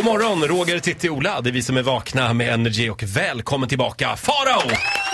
morgon, Roger, Titti, Ola. Det är vi som är vakna med Energy och välkommen tillbaka, Farao!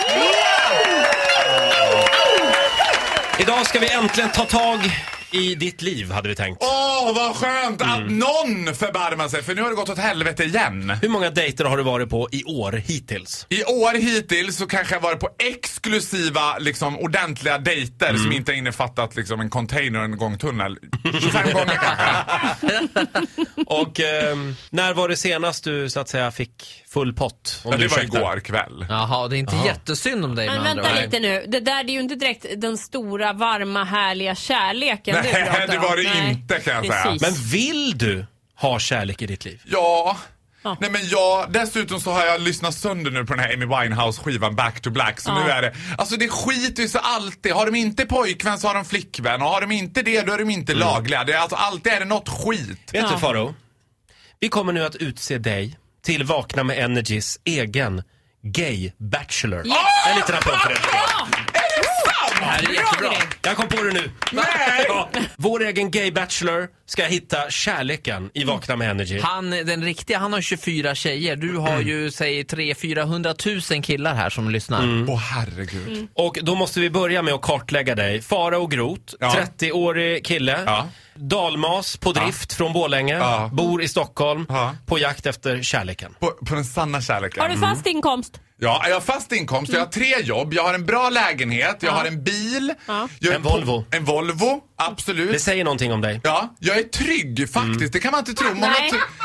Idag ska vi äntligen ta tag i ditt liv, hade vi tänkt. Vad skönt att någon förbarmar sig, för nu har det gått åt helvete igen. Hur många dejter har du varit på i år hittills? I år hittills så kanske jag varit på exklusiva, liksom ordentliga dejter som inte innefattat liksom en container och en gångtunnel. 25 gånger kanske. Och när var det senast du så att säga fick full pott? Ja, det var igår kväll. Jaha, det är inte jättesynd om dig. Men vänta lite nu, det där det är ju inte direkt den stora, varma, härliga kärleken. Nej, det var det inte, kan jag säga. Men vill du ha kärlek i ditt liv? Ja. Nej, men dessutom så har jag lyssnat sönder nu på den här Amy Winehouse-skivan Back to Black. Så nu är det, alltså det skiter ju så alltid. Har de inte pojkvän så har de flickvän. Och har de inte det, då är de inte lagliga. Det är alltså alltid är det något skit. Vet du, Faro? Vi kommer nu att utse dig till Vakna med Energys egen gay bachelor. Yes. En liten applåd för det. Det här är jättebra. Jag kom på det nu. Nej! Ja. Vår egen gay bachelor ska hitta kärleken i Vakna med Energy. Den riktiga, han har 24 tjejer. Du har ju, säg 300-400 000 killar här som lyssnar. Åh, herregud. Och då måste vi börja med att kartlägga dig. Farao Groth, 30-årig kille. Ja. Dalmas på drift från Borlänge. Bor i Stockholm. På jakt efter kärleken. På den sanna kärleken. Har du fast inkomst? Ja, jag har fast inkomst. Jag har 3 jobb. Jag har en bra lägenhet. Jag har en bil. En Volvo. En Volvo, absolut. Det säger någonting om dig. Ja, jag är trygg faktiskt. Det kan man inte tro. Många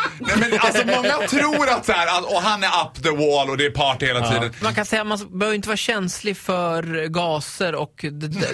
tror att så här, och han är up the wall och det är party hela tiden. Man kan säga att man behöver inte vara känslig för gaser och... Det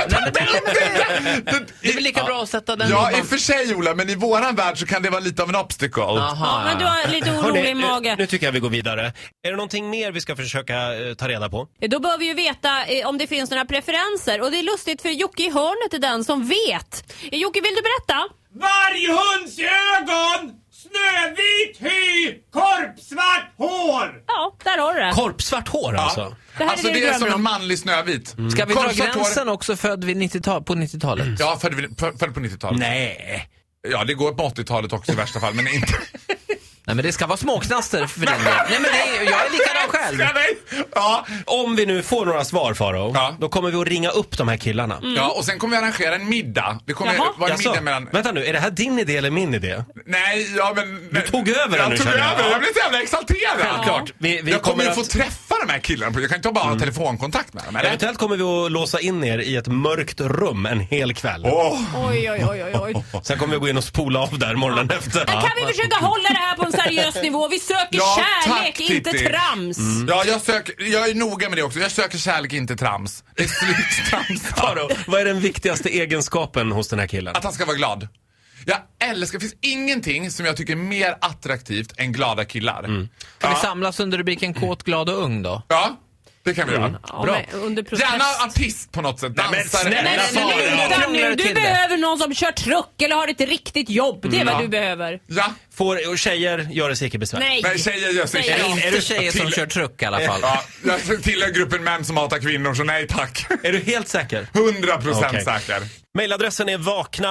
är väl lika bra att sätta den... Ja, i och för sig, Ola, men i våran värld så kan det vara lite av en obstacle. Ja, men du har lite orolig mage. Nu tycker jag vi går vidare. Är det någonting mer vi ska försöka ta reda på? Då bör vi ju veta om det finns några preferenser. Och det är lustigt för Jocke i hörnet är den som vet. Jocke, vill du berätta? Varghunds ögon, snövit hy, korpsvart hår. Ja, där har du det. Korpsvart hår alltså? Det Det är som en manlig Snövit. Ska vi dra gränsen också född vid 90-tal, på 90-talet? Ja, född på 90-talet. Nej. Ja, det går på 80-talet också i värsta fall, men inte... Nej, men det ska vara småknaster för den delen. Nej, men jag är likadan själv. Ja. Om vi nu får några svar, Faro, då kommer vi att ringa upp de här killarna. Ja, och sen kommer vi arrangera en middag. Det kommer vara en middag mellan... Vänta nu, är det här din idé eller min idé? Nej, ja men... Du tog över den nu, känner jag. Jag blev så jävla exalterad. Självklart. Jag kommer ju få träffa de här killarna. Jag kan inte bara ha telefonkontakt med dem, eller? Eventuellt kommer vi att låsa in er i ett mörkt rum en hel kväll. Oj. Sen kommer vi gå in och spola av där morgonen efter. Men kan vi försöka hålla det här på en seriös nivå? Vi söker kärlek, inte trams. Ja, jag är noga med det också. Jag söker kärlek, inte trams. Det är sluttrams. Faro, vad är den viktigaste egenskapen hos den här killen? Att han ska vara glad. Jag älskar, det finns ingenting som jag tycker är mer attraktivt än glada killar. Kan vi samlas under rubriken Kåt, glad och ung då? Ja, det kan vi göra. Bra. Gärna artist på något sätt. Dansare. Nej, du behöver någon som kör truck eller har ett riktigt jobb. Det är vad du behöver. Ja. Och tjejer gör det säkert besvär. Nej, tjejer gör sig Är det tjejer som kör truck i alla fall? Ja, jag tillhör gruppen män som hatar kvinnor, så nej tack. Är du helt säker? 100% säker. Mailadressen är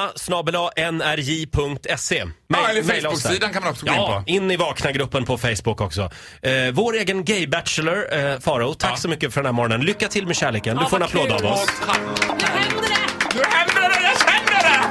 vakna@nrj.se. Eller Facebook-sidan kan man också gå in på. Ja, in i Vakna-gruppen på Facebook också. Vår egen gay bachelor, Faro, tack så mycket för den här morgonen. Lycka till med kärleken. Du får en applåd av oss. Nu händer det! Nu händer det, jag känner det!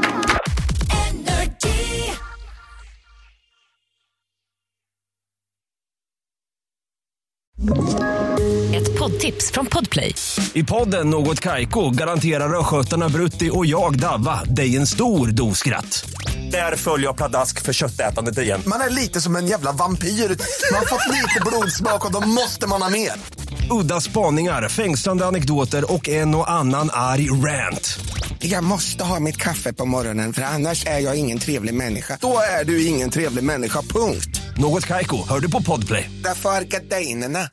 Ett poddtips från Podplay. I podden Något Kaiko garanterar röskötarna Brutti och jag Davva dig en stor doskratt. Där följer jag pladask för köttätandet igen. Man är lite som en jävla vampyr. Man har fått lite blodsmak och då måste man ha mer. Udda spaningar, fängslande anekdoter och en och annan arg rant. Jag måste ha mitt kaffe på morgonen för annars är jag ingen trevlig människa. Då är du ingen trevlig människa, punkt. Något Kaiko, hör du på Podplay. Därför är gardinerna.